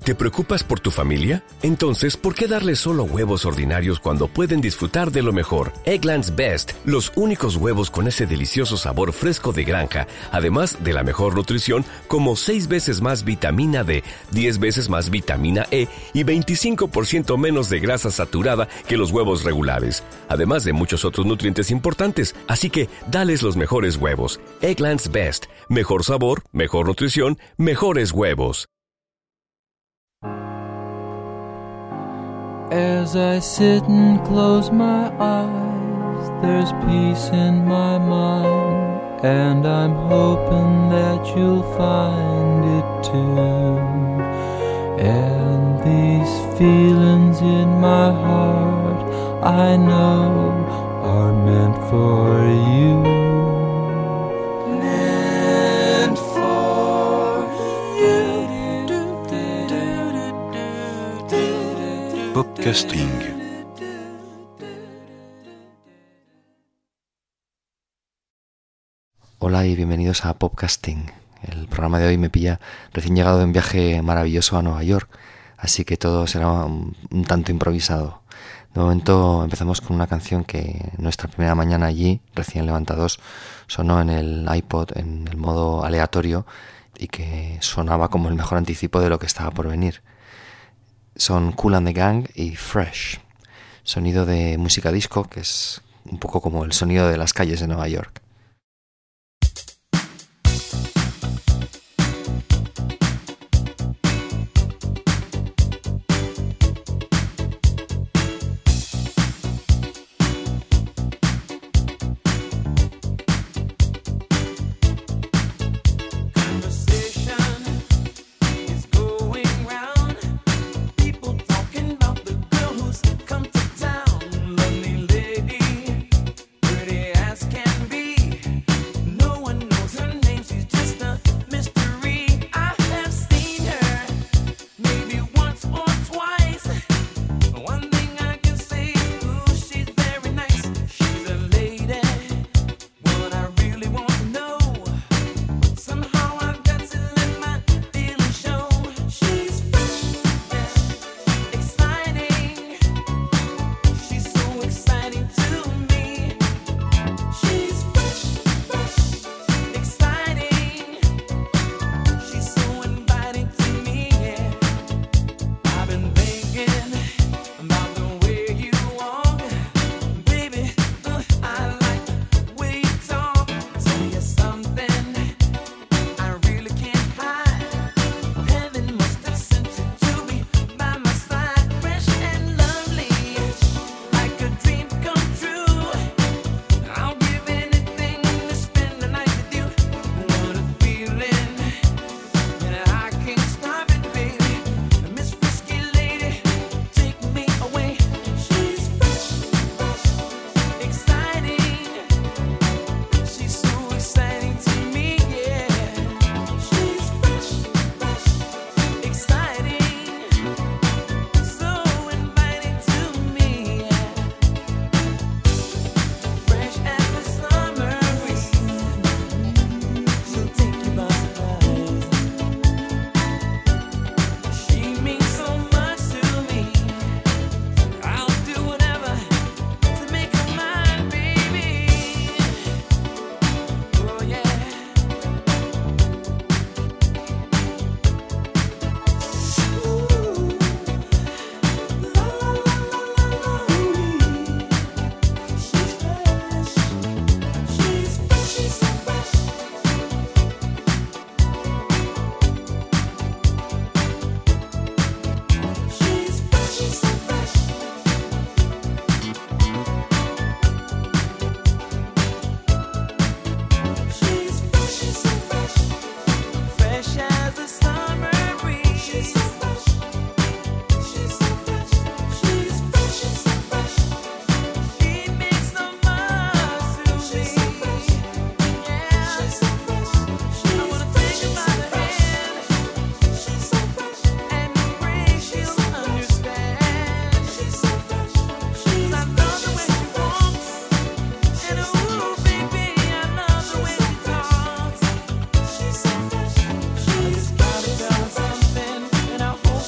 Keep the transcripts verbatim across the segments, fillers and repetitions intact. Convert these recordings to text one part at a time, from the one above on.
¿Te preocupas por tu familia? Entonces, ¿por qué darles solo huevos ordinarios cuando pueden disfrutar de lo mejor? Eggland's Best, los únicos huevos con ese delicioso sabor fresco de granja, además de la mejor nutrición, como seis veces más vitamina D, diez veces más vitamina E y veinticinco por ciento menos de grasa saturada que los huevos regulares, además de muchos otros nutrientes importantes. Así que, dales los mejores huevos. Eggland's Best, mejor sabor, mejor nutrición, mejores huevos. As I sit and close my eyes, there's peace in my mind, and I'm hoping that you'll find it too. And these feelings in my heart, I know, are meant for you. Meant for you. Podcasting. Hola y bienvenidos a Podcasting. El programa de hoy me pilla recién llegado de un viaje maravilloso a Nueva York, así que todo será un, un tanto improvisado. De momento empezamos con una canción que nuestra primera mañana allí, recién levantados, sonó en el iPod en el modo aleatorio y que sonaba como el mejor anticipo de lo que estaba por venir. Son Kool and the Gang y Fresh, sonido de música disco, que es un poco como el sonido de las calles de Nueva York. Come to town, lovely lady, pretty as can be.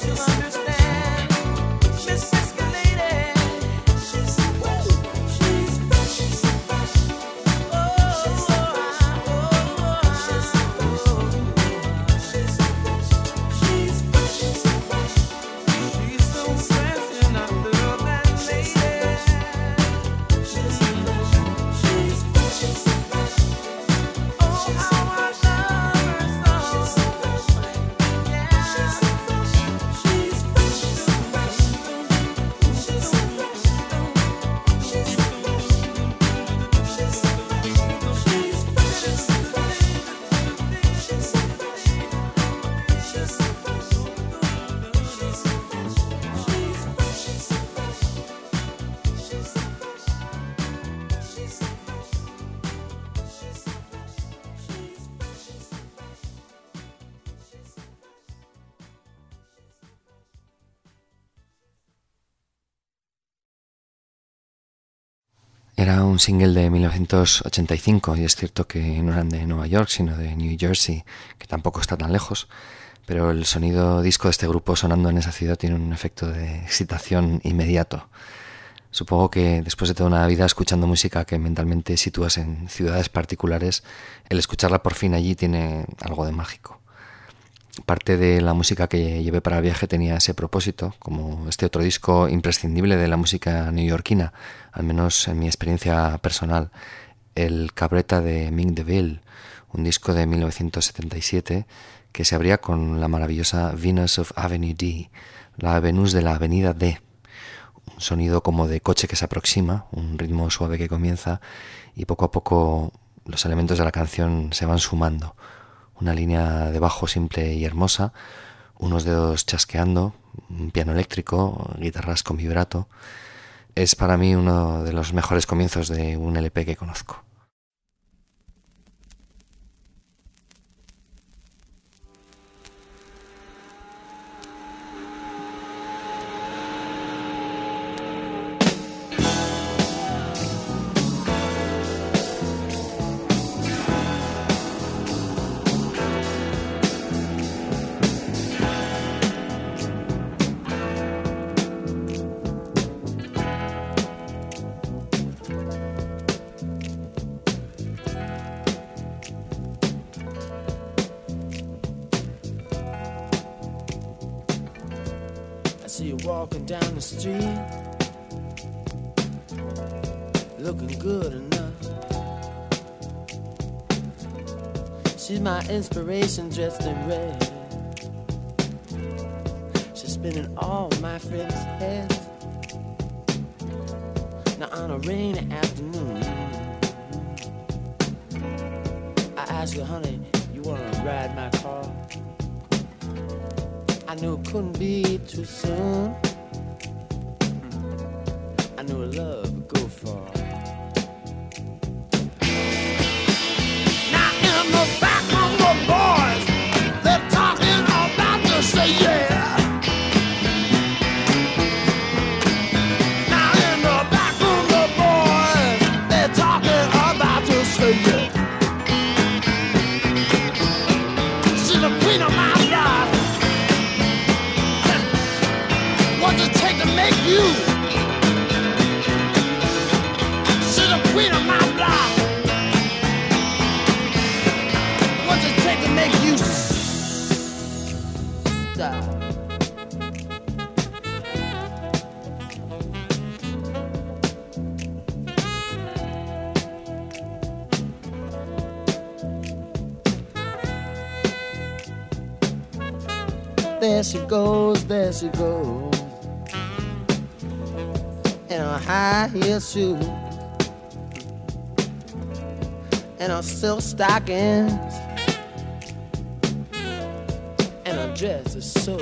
Era un single de mil novecientos ochenta y cinco y es cierto que no eran de Nueva York sino de New Jersey, que tampoco está tan lejos, pero el sonido disco de este grupo sonando en esa ciudad tiene un efecto de excitación inmediato. Supongo que después de toda una vida escuchando música que mentalmente sitúas en ciudades particulares, el escucharla por fin allí tiene algo de mágico. Parte de la música que llevé para el viaje tenía ese propósito, como este otro disco imprescindible de la música neoyorquina, al menos en mi experiencia personal, el Cabretta de Mick DeVille, un disco de mil novecientos setenta y siete que se abría con la maravillosa Venus of Avenue D, la Venus de la Avenida D, un sonido como de coche que se aproxima, un ritmo suave que comienza y poco a poco los elementos de la canción se van sumando. Una línea de bajo simple y hermosa, unos dedos chasqueando, un piano eléctrico, guitarras con vibrato. Es para mí uno de los mejores comienzos de un L P que conozco. See you walking down the street, looking good enough. She's my inspiration dressed in red. She's spinning all my friends' heads. Now on a rainy afternoon, I asked her, honey, you wanna ride my car? I knew it couldn't be too soon. I knew love would go far. Now in the back room, the boys, they're talking about to say yeah. Now in the back room, the boys, they're talking about to say yeah. She's the queen of my life. What's it take to make you? She's the queen of my block. What's it take to make you stop? There she goes, there she goes, in her high heel shoes and her silk stockings, and her dress is so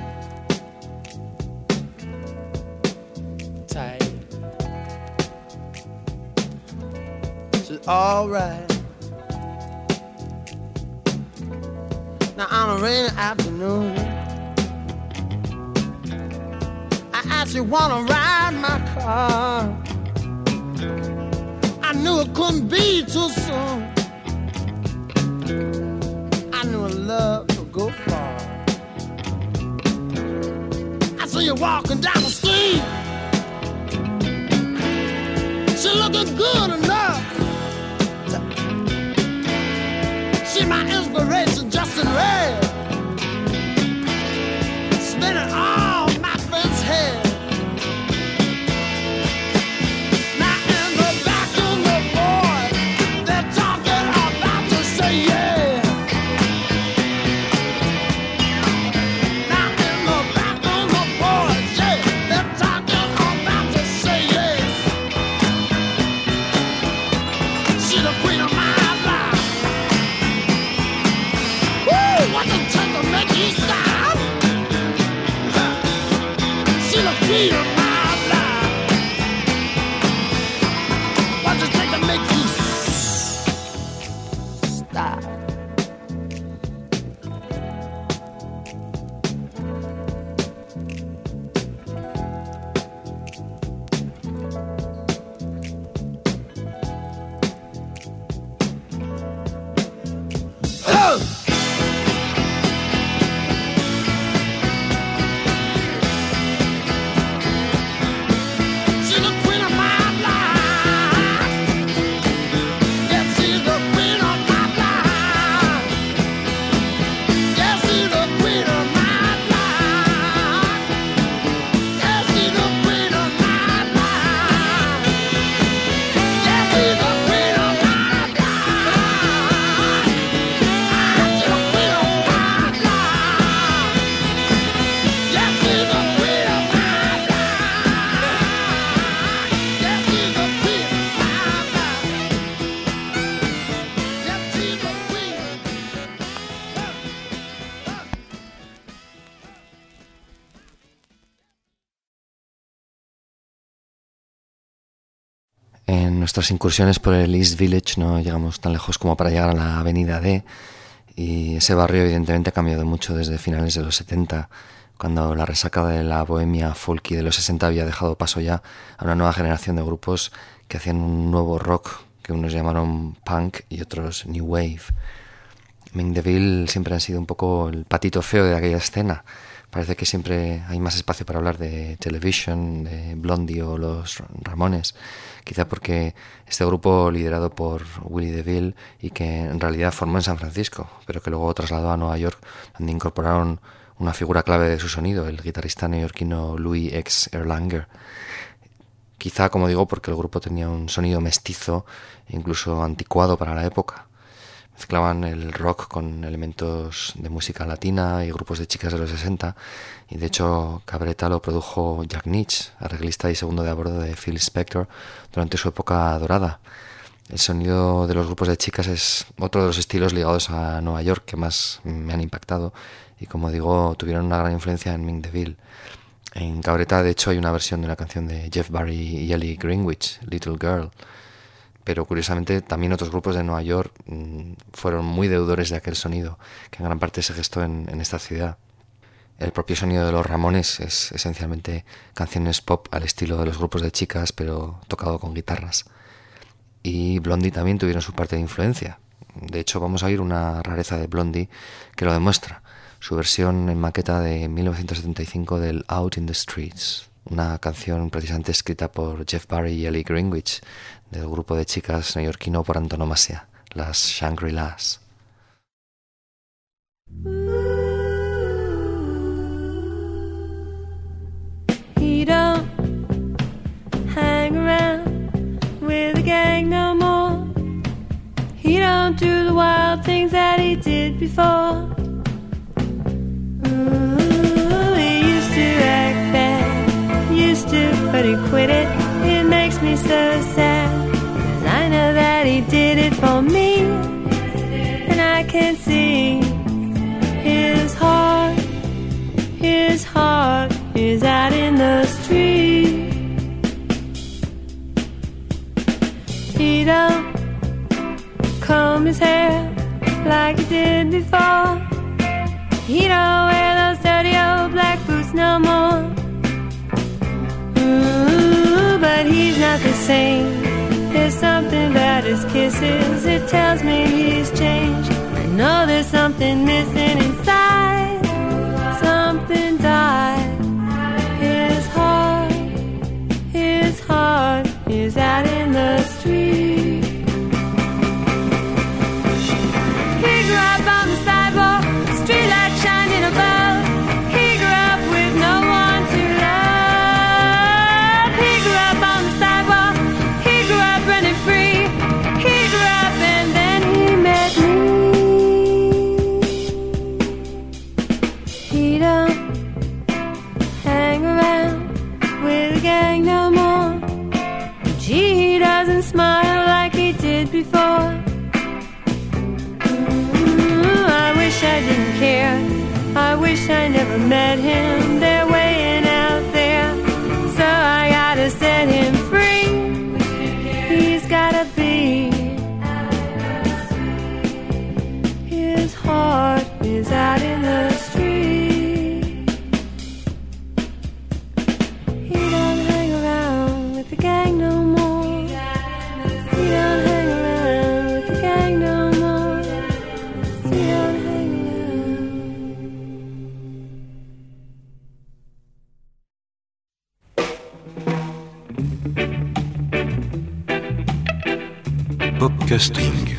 tight. She's alright. Now on a rainy afternoon, I asked you wanna ride my car. I knew it couldn't be too soon. I knew love would go far. see you walking down the street. She looking good enough. She my inspiration just in red. Spinning all my friends' head. Now in the back of the boys, they're talking about to say yeah. Now in the back of the boys, yeah, they're talking about to say yeah. She's the queen of my life. Woo! What the take to make you stop? She's the queen of my life. What the take to make you stop? Oh! She's the queen of my life. Yes, she's the queen of my life. Yes, she's the queen of my life. Yes, she's the queen of my life. Yes, she's the queen of my life. She's the queen of my life. Yes, she's the queen of my life. Yes, she's the queen of my life. Yes, she's the queen. En nuestras incursiones por el East Village no llegamos tan lejos como para llegar a la Avenida D, y ese barrio evidentemente ha cambiado mucho desde finales de los setenta, cuando la resaca de la bohemia folky de los sesenta había dejado paso ya a una nueva generación de grupos que hacían un nuevo rock que unos llamaron punk y otros new wave. Ming DeVille siempre ha sido un poco el patito feo de aquella escena. Parece que siempre hay más espacio para hablar de Television, de Blondie o los Ramones, quizá porque este grupo liderado por Willie DeVille y que en realidad formó en San Francisco, pero que luego trasladó a Nueva York, donde incorporaron una figura clave de su sonido, el guitarrista neoyorquino Louis X. Erlanger. Quizá, como digo, porque el grupo tenía un sonido mestizo e incluso anticuado para la época. Mezclaban el rock con elementos de música latina y grupos de chicas de los sesenta, y de hecho Cabretta lo produjo Jack Nitzsche, arreglista y segundo de a bordo de Phil Spector, durante su época dorada. El sonido de los grupos de chicas es otro de los estilos ligados a Nueva York que más me han impactado, y como digo, tuvieron una gran influencia en Ming DeVille. En Cabretta, de hecho, hay una versión de una canción de Jeff Barry y Ellie Greenwich, Little Girl. Pero curiosamente también otros grupos de Nueva York mmm, fueron muy deudores de aquel sonido, que en gran parte se gestó en, en esta ciudad. El propio sonido de los Ramones es esencialmente canciones pop al estilo de los grupos de chicas, pero tocado con guitarras. Y Blondie también tuvieron su parte de influencia. De hecho, vamos a oír una rareza de Blondie que lo demuestra, su versión en maqueta de mil novecientos setenta y cinco del Out in the Streets, una canción precisamente escrita por Jeff Barry y Ellie Greenwich, del grupo de chicas neoyorquino por antonomasia, las Shangri-Las. He don't hang around with the gang no more. He don't do the wild things that he did before. Ooh, he used to act bad, used to, but he quit it. It makes me so sad, 'cause I know that he did it for me, and I can see his heart, his heart is out in the street. He don't comb his hair like he did before. He don't wear those dirty old black boots no more. Ooh, but he's not the same. There's something about his kisses, it tells me he's changed. I know there's something missing inside. Something died I never met him. They're weighing out there, so I gotta set him free. He's gotta be. His heart is out in the street. He don't hang around with the gang no more. He don't hang around with the gang no more. He don't hang around. Popcasting.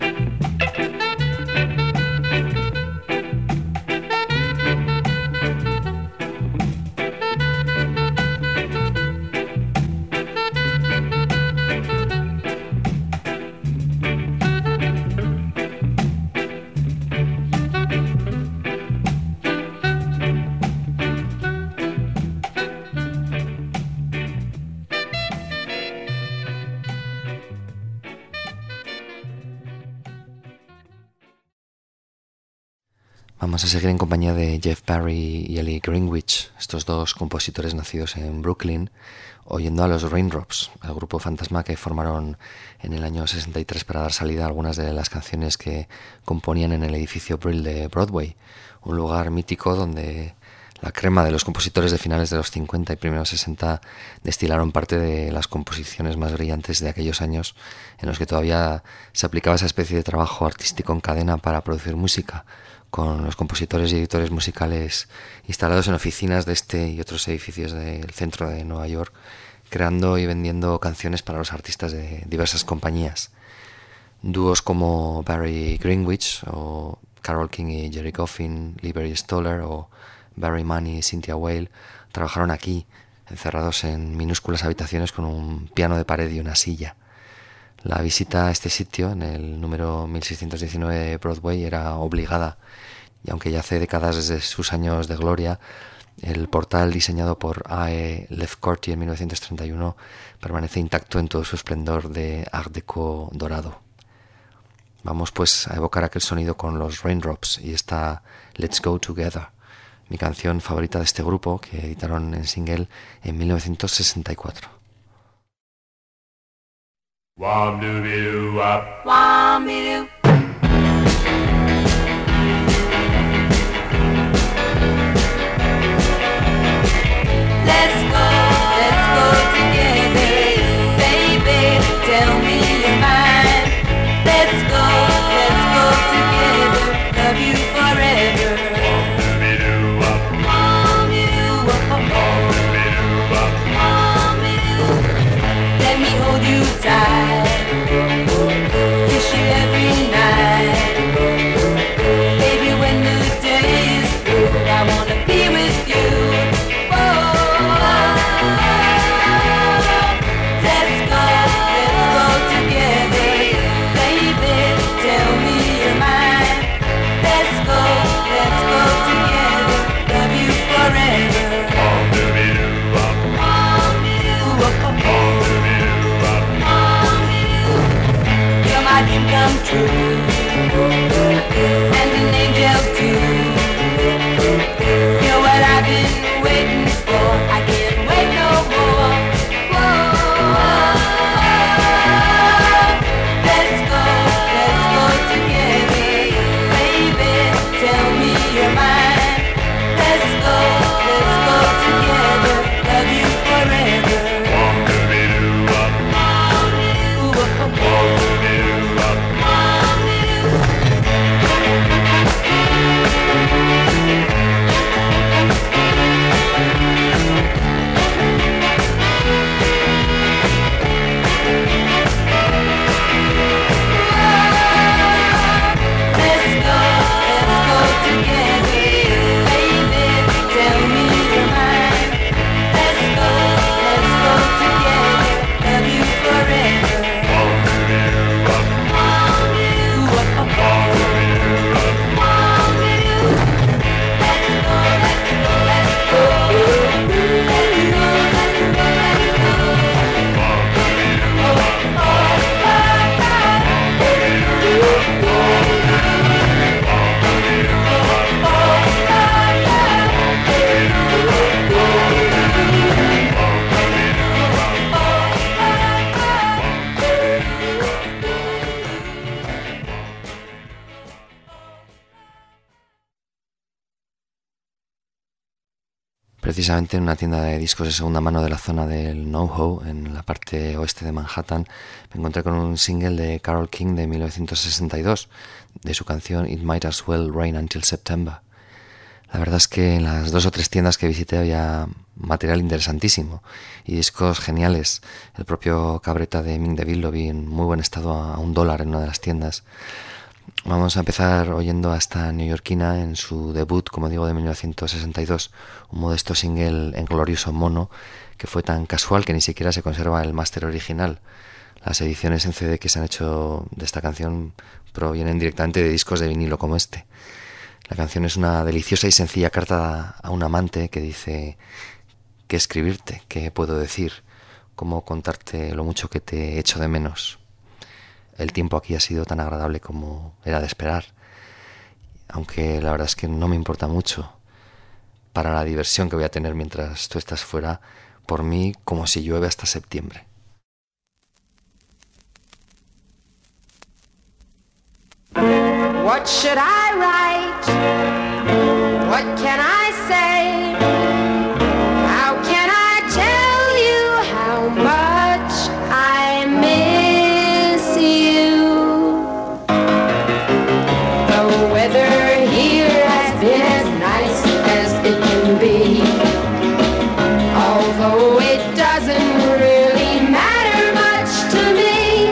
Vamos a seguir en compañía de Jeff Barry y Ellie Greenwich, estos dos compositores nacidos en Brooklyn, oyendo a los Raindrops, el grupo fantasma que formaron en el año sesenta y tres para dar salida a algunas de las canciones que componían en el edificio Brill de Broadway, un lugar mítico donde la crema de los compositores de finales de los cincuenta y primeros sesenta destilaron parte de las composiciones más brillantes de aquellos años en los que todavía se aplicaba esa especie de trabajo artístico en cadena para producir música, con los compositores y editores musicales instalados en oficinas de este y otros edificios del centro de Nueva York, creando y vendiendo canciones para los artistas de diversas compañías. Dúos como Barry Greenwich o Carole King y Jerry Goffin, Liberty Stoller o Barry Mann y Cynthia Weil trabajaron aquí, encerrados en minúsculas habitaciones con un piano de pared y una silla. La visita a este sitio, en el número mil seiscientos diecinueve de Broadway, era obligada, y aunque ya hace décadas desde sus años de gloria, el portal diseñado por A E Lefcourty en mil novecientos treinta y uno permanece intacto en todo su esplendor de Art Deco dorado. Vamos pues a evocar aquel sonido con los Raindrops y esta Let's Go Together, mi canción favorita de este grupo que editaron en single en mil novecientos sesenta y cuatro. Wam-doo-be-doo-wop. Wam-be-doo. Let's go, let's go together. Baby, tell me your mind. Let's go, let's go together. Love you forever. Wam-doo-be-doo-wop. Wam-be-doo-wop. Wam-doo-be-doo-wop. Wam-be-doo. Let me hold you tight, kiss you every night. precisamente en una tienda de discos de segunda mano de la zona del NoHo, en la parte oeste de Manhattan, me encontré con un single de Carole King de mil novecientos sesenta y dos, de su canción It Might As Well Rain Until September. La verdad es que en las dos o tres tiendas que visité había material interesantísimo y discos geniales. El propio Cabretta de Ming DeVille lo vi en muy buen estado a un dólar en una de las tiendas. Vamos a empezar oyendo a esta neoyorquina en su debut, como digo, de mil novecientos sesenta y dos, un modesto single en glorioso mono que fue tan casual que ni siquiera se conserva el máster original. Las ediciones en C D que se han hecho de esta canción provienen directamente de discos de vinilo como este. La canción es una deliciosa y sencilla carta a un amante que dice qué escribirte, qué puedo decir, cómo contarte lo mucho que te echo de menos. El tiempo aquí ha sido tan agradable como era de esperar, aunque la verdad es que no me importa mucho. Para la diversión que voy a tener mientras tú estás fuera, por mí como si llueve hasta septiembre. What should I write? What can I say? How can I tell you how much I miss you? The weather here has been as nice as it can be, although it doesn't really matter much to me.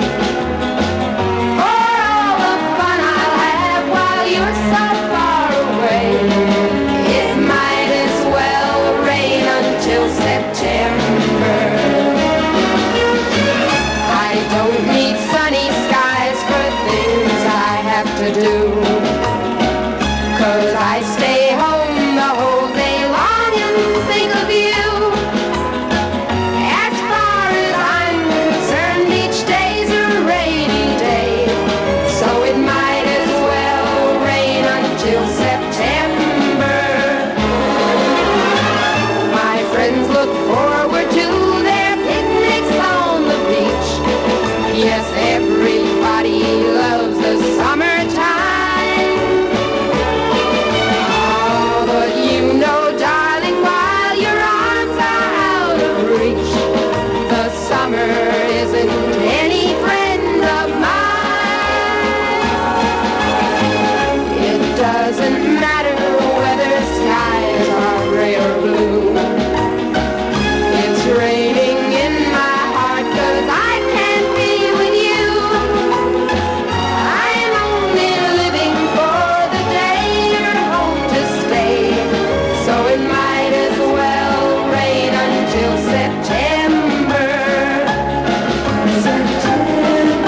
To do, 'cause I stay home the whole day long and think of you. As far as I'm concerned, each day's a rainy day, so it might as well rain until September. My friends look forward to their picnics on the beach. Yes, everybody loves the summer. Doesn't matter whether skies are gray or blue. It's raining in my heart 'cause I can't be with you. I'm only living for the day you're home to stay, so it might as well rain until September. September.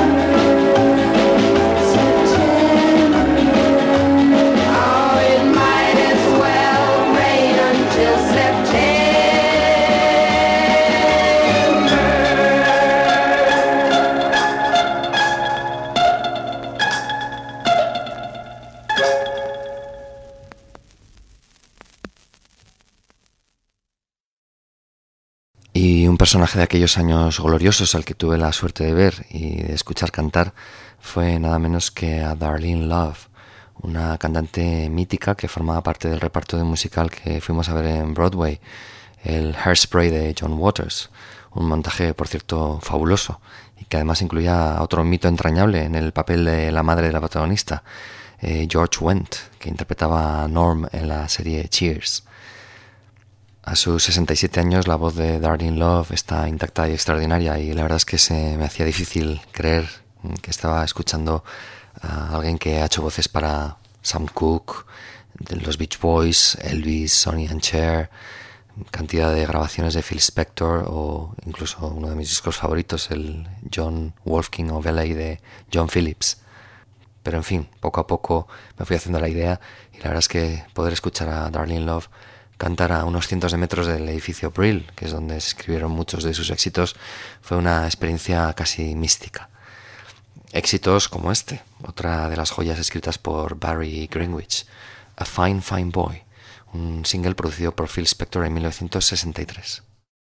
Y un personaje de aquellos años gloriosos al que tuve la suerte de ver y de escuchar cantar fue nada menos que a Darlene Love, una cantante mítica que formaba parte del reparto de musical que fuimos a ver en Broadway, el Hairspray de John Waters, un montaje, por cierto, fabuloso y que además incluía otro mito entrañable en el papel de la madre de la protagonista, eh, George Wendt, que interpretaba a Norm en la serie Cheers. A sus sesenta y siete años la voz de Darlene Love está intacta y extraordinaria y la verdad es que se me hacía difícil creer que estaba escuchando a alguien que ha hecho voces para Sam Cooke, los Beach Boys, Elvis, Sonny and Cher, cantidad de grabaciones de Phil Spector o incluso uno de mis discos favoritos, el John Wolfgang of L A de John Phillips. Pero en fin, poco a poco me fui haciendo la idea y la verdad es que poder escuchar a Darlene Love cantar a unos cientos de metros del edificio Brill, que es donde se escribieron muchos de sus éxitos, fue una experiencia casi mística. Éxitos como este, otra de las joyas escritas por Barry Greenwich, A Fine Fine Boy, un single producido por Phil Spector en mil novecientos sesenta y tres.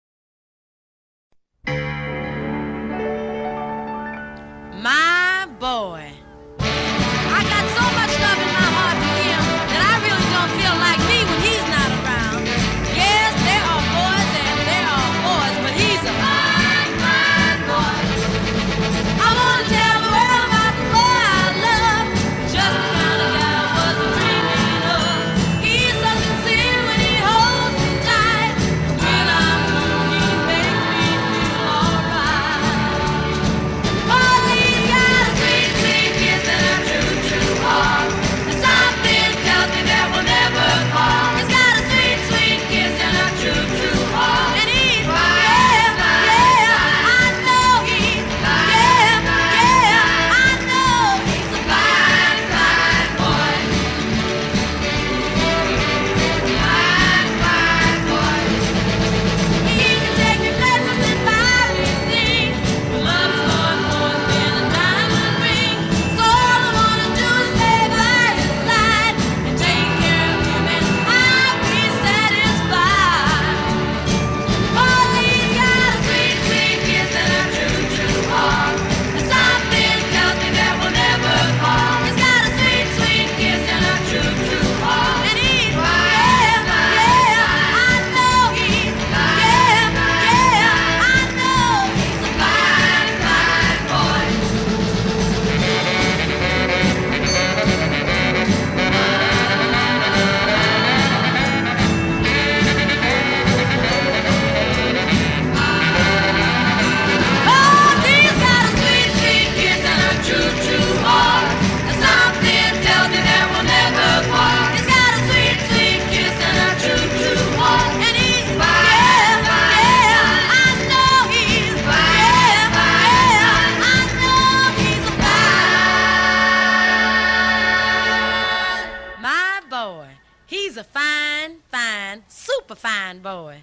My boy, I got so much love in my heart for him that I really don't feel like me when he's not around. Yes, there are fine boy.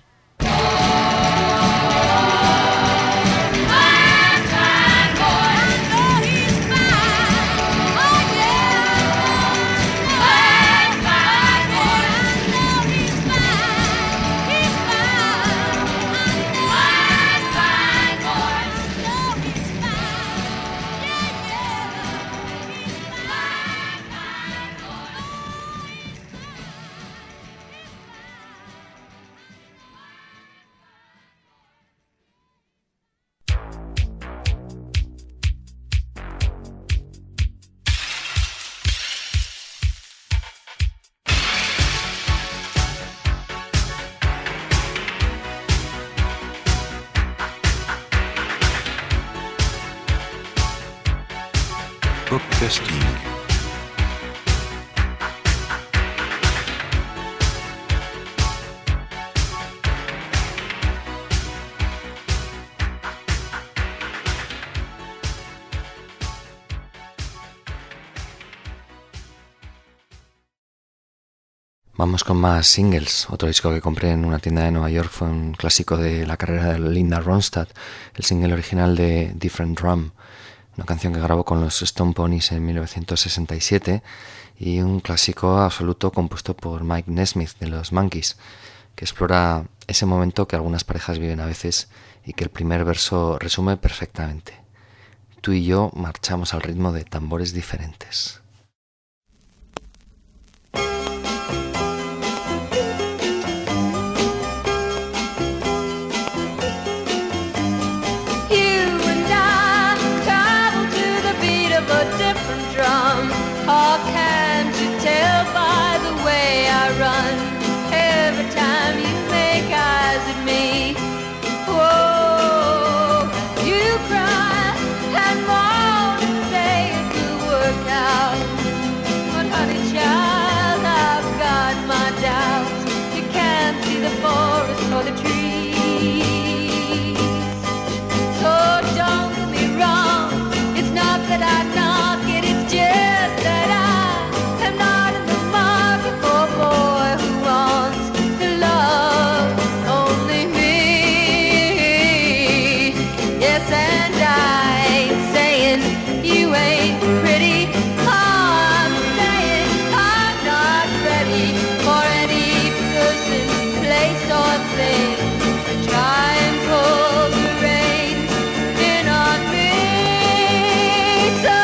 Podcasting. Vamos con más singles. Otro disco que compré en una tienda de Nueva York fue un clásico de la carrera de Linda Ronstadt, el single original de Different Drum, una canción que grabó con los Stone Ponies en mil novecientos sesenta y siete y un clásico absoluto compuesto por Mike Nesmith de los Monkees, que explora ese momento que algunas parejas viven a veces y que el primer verso resume perfectamente. Tú y yo marchamos al ritmo de tambores diferentes. Oh, can't you tell by the way I run every time you make eyes at me? Whoa, you cry and moan and say it will work out, but honey child, I've got my doubts. You can't see the forest or the trees, so don't get me wrong. It's not that I knock it, it's just that I am not in the market for a boy who wants to love only me. Yes, and I ain't saying you ain't pretty. I'm saying I'm not ready for any person, place or thing to try and pull the reins in on me. So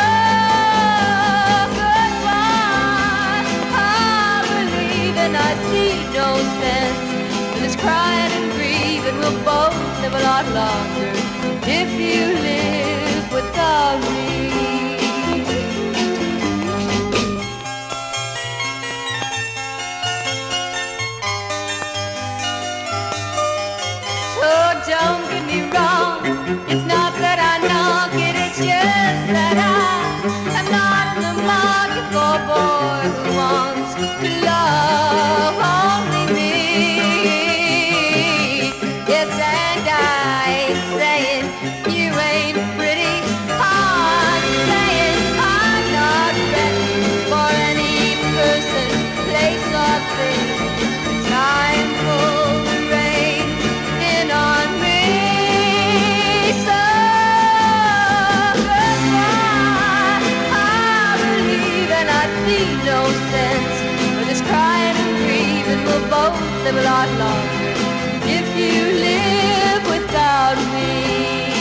I see no sense in this crying and grieving. We'll both live a lot longer if you live without me. So don't get me wrong, it's not that I knock it, it's just that I am not in the market for a boy who wants to love only me. Yes, and I ain't saying you ain't pretty. I'm saying I'm not ready for any person, place or thing to try and pull the reins in on me. So goodbye, I believe and I see no sense for this crying and grieving. We'll both live a lot longer if you live without me.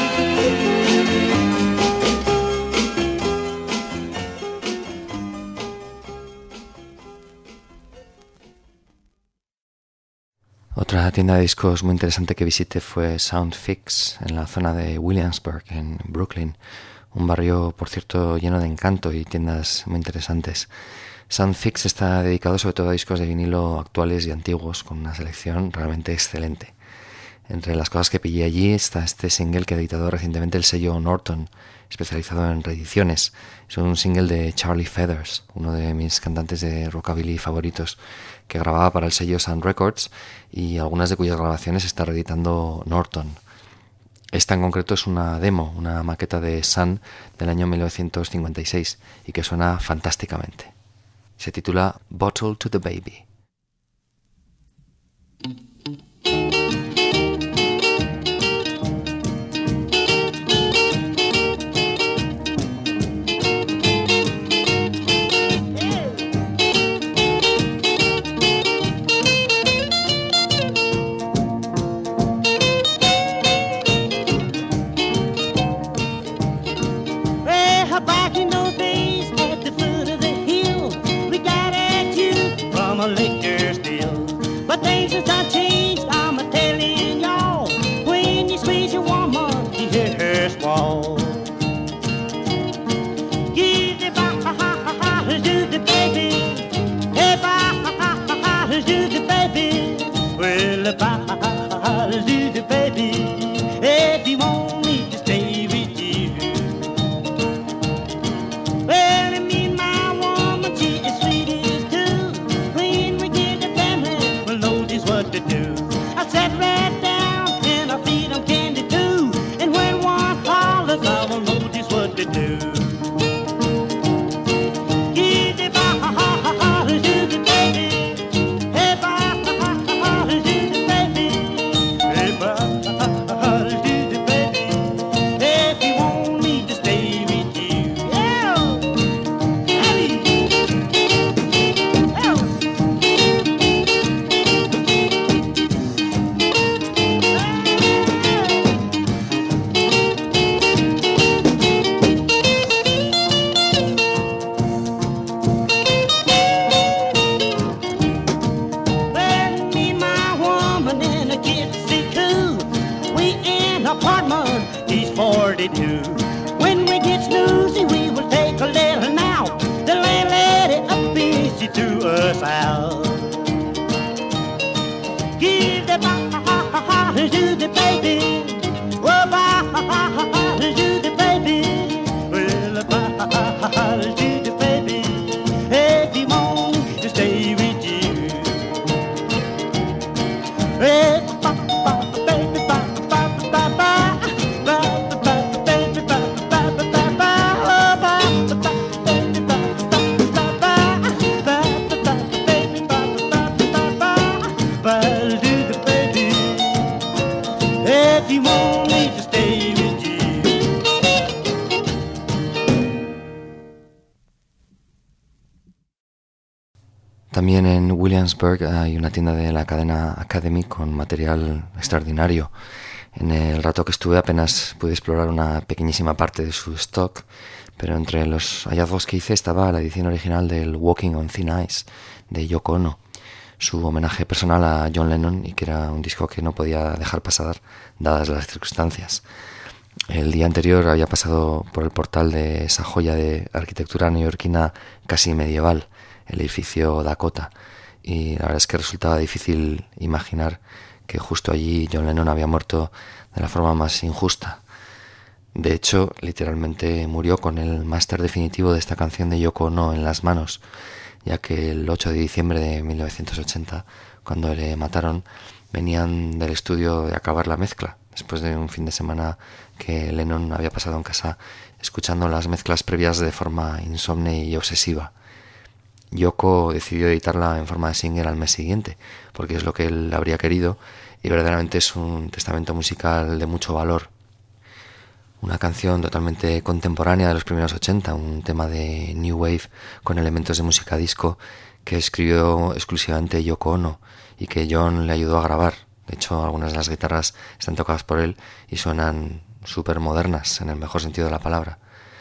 Otra tienda de discos muy interesante que visité fue Soundfix, en la zona de Williamsburg, en Brooklyn. Un barrio, por cierto, lleno de encanto y tiendas muy interesantes. Soundfix está dedicado sobre todo a discos de vinilo actuales y antiguos, con una selección realmente excelente. Entre las cosas que pillé allí está este single que ha editado recientemente el sello Norton, especializado en reediciones. Es un single de Charlie Feathers, uno de mis cantantes de rockabilly favoritos, que grababa para el sello Sound Records y algunas de cuyas grabaciones está reeditando Norton. Esta en concreto es una demo, una maqueta de Sun del año mil novecientos cincuenta y seis y que suena fantásticamente. Se titula Bottle to the Baby. thirty-two. When we get snoozy, we will take a little now. The landlady up easy to us out. Give the bottle to the baby. Oh, bottle to the baby. Well, the bottle to the baby. If you want to stay with you. Hey, baby, if you want me to stay with you. También en Williamsburg hay una tienda de la cadena Academy con material extraordinario. En el rato que estuve apenas pude explorar una pequeñísima parte de su stock, pero entre los hallazgos que hice estaba la edición original del Walking on Thin Ice de Yoko Ono, su homenaje personal a John Lennon, y que era un disco que no podía dejar pasar dadas las circunstancias. El día anterior había pasado por el portal de esa joya de arquitectura neoyorquina casi medieval, el edificio Dakota, y la verdad es que resultaba difícil imaginar que justo allí John Lennon había muerto de la forma más injusta. De hecho, literalmente murió con el máster definitivo de esta canción de Yoko Ono en las manos, ya que el ocho de diciembre de mil novecientos ochenta, cuando le mataron, venían del estudio de acabar la mezcla, después de un fin de semana que Lennon había pasado en casa escuchando las mezclas previas de forma insomne y obsesiva. Yoko decidió editarla en forma de single al mes siguiente, porque es lo que él habría querido, y verdaderamente es un testamento musical de mucho valor. Una canción totalmente contemporánea de los primeros ochenta, un tema de New Wave con elementos de música disco que escribió exclusivamente Yoko Ono y que John le ayudó a grabar. De hecho, algunas de las guitarras están tocadas por él y suenan súper modernas en el mejor sentido de la palabra.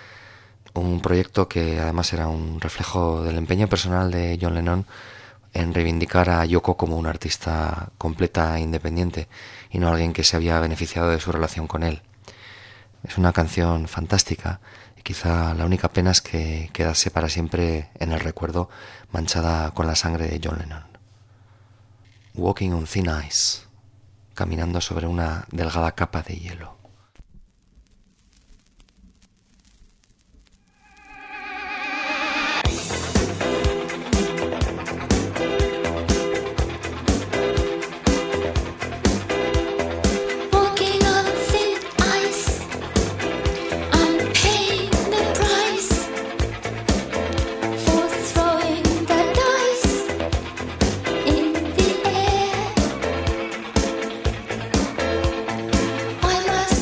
Un proyecto que además era un reflejo del empeño personal de John Lennon en reivindicar a Yoko como una artista completa e independiente y no alguien que se había beneficiado de su relación con él. Es una canción fantástica y quizá la única pena es que quedase para siempre en el recuerdo manchada con la sangre de John Lennon. Walking on Thin Ice, caminando sobre una delgada capa de hielo. I must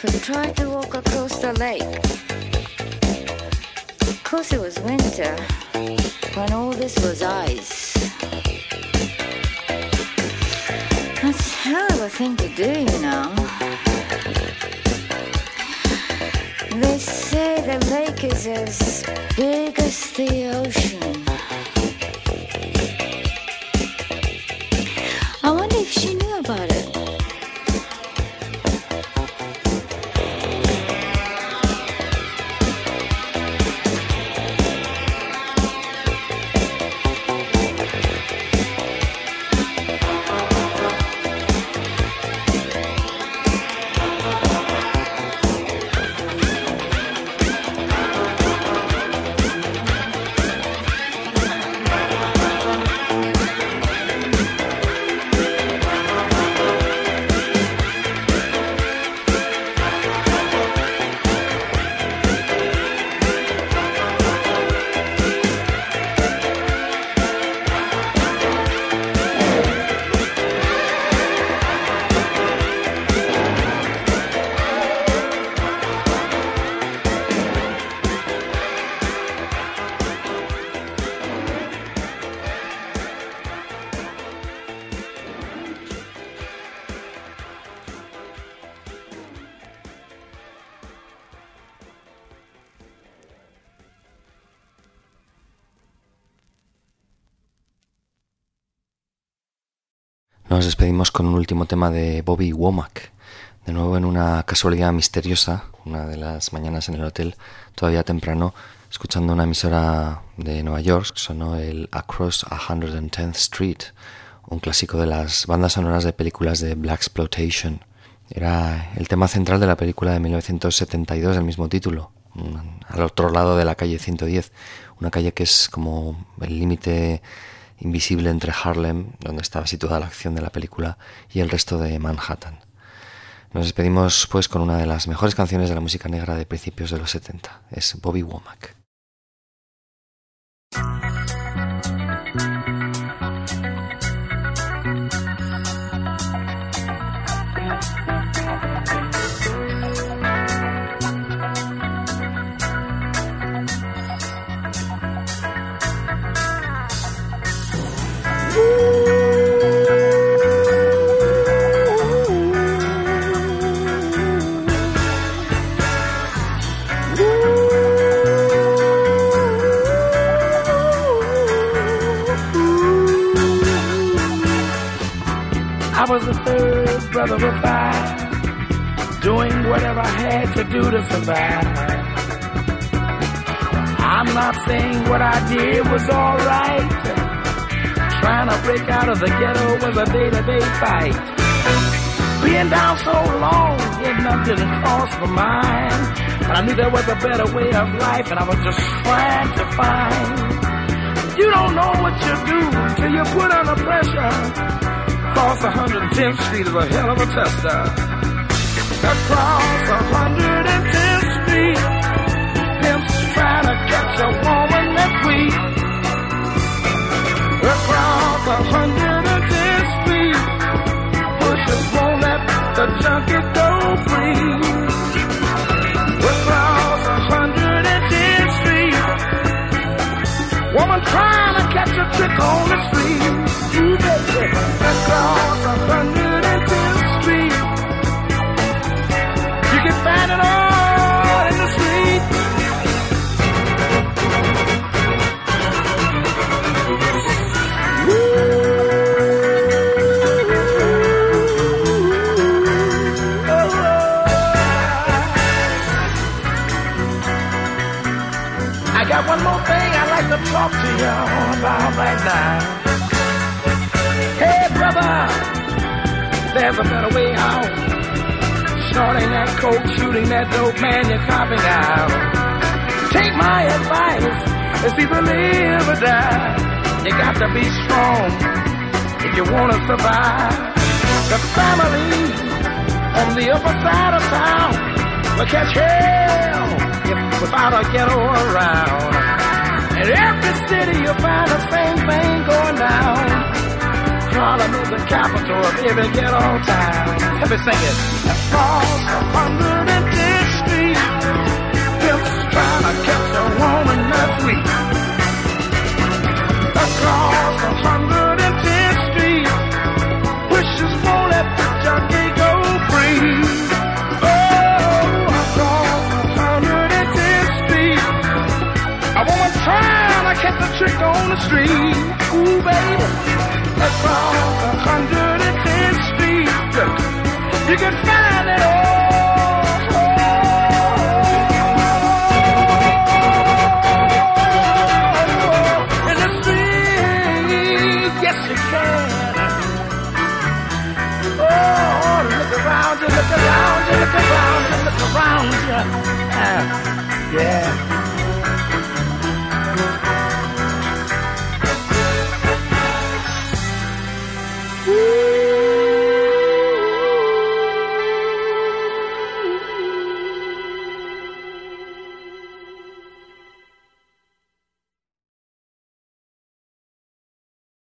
we tried to walk across the lake. Of course it was winter, when all this was ice. That's a hell of a thing to do, you know. They say the lake is as big as the ocean. I wonder if she knew about it. Nos despedimos con un último tema de Bobby Womack, de nuevo en una casualidad misteriosa, una de las mañanas en el hotel, todavía temprano, escuchando una emisora de Nueva York, sonó el Across one hundred tenth Street, un clásico de las bandas sonoras de películas de Blaxploitation. Era el tema central de la película de mil novecientos setenta y dos del mismo título, al otro lado de la calle ciento diez, una calle que es como el límite invisible entre Harlem, donde estaba situada la acción de la película, y el resto de Manhattan. Nos despedimos pues con una de las mejores canciones de la música negra de principios de los setenta. Es Bobby Womack. I was the third brother of five, doing whatever I had to do to survive. I'm not saying what I did was alright. Trying to break out of the ghetto was a day-to-day fight. Being down so long, getting up didn't cross my mind. But I knew there was a better way of life, and I was just trying to find. You don't know what you do till you put under pressure. Across one hundred tenth Street is a hell of a tester. Across one hundred tenth Street, pimps trying to catch a woman that's weak. Across one hundred tenth Street, pushers won't let the junkie go free. Across one hundred tenth Street, woman trying to catch a trick on the street. You bet. Across one hundred tenth Street, you can find it all in the street. I got one more thing I'd like to talk to you about right now. Hey brother, there's a better way out. Snorting that coke, shooting that dope, man, you're copping out. Take my advice, it's either live or die. You got to be strong if you want to survive. The family on the upper side of town will catch hell if without a ghetto around. In every city you'll find the same thing going down. Harlem is the capital of every ghetto town. Let me sing it. Across a hundred and You can find it all. In the street, yes you can. Oh, look around you, look around you, look around you, look around you. Uh, yeah.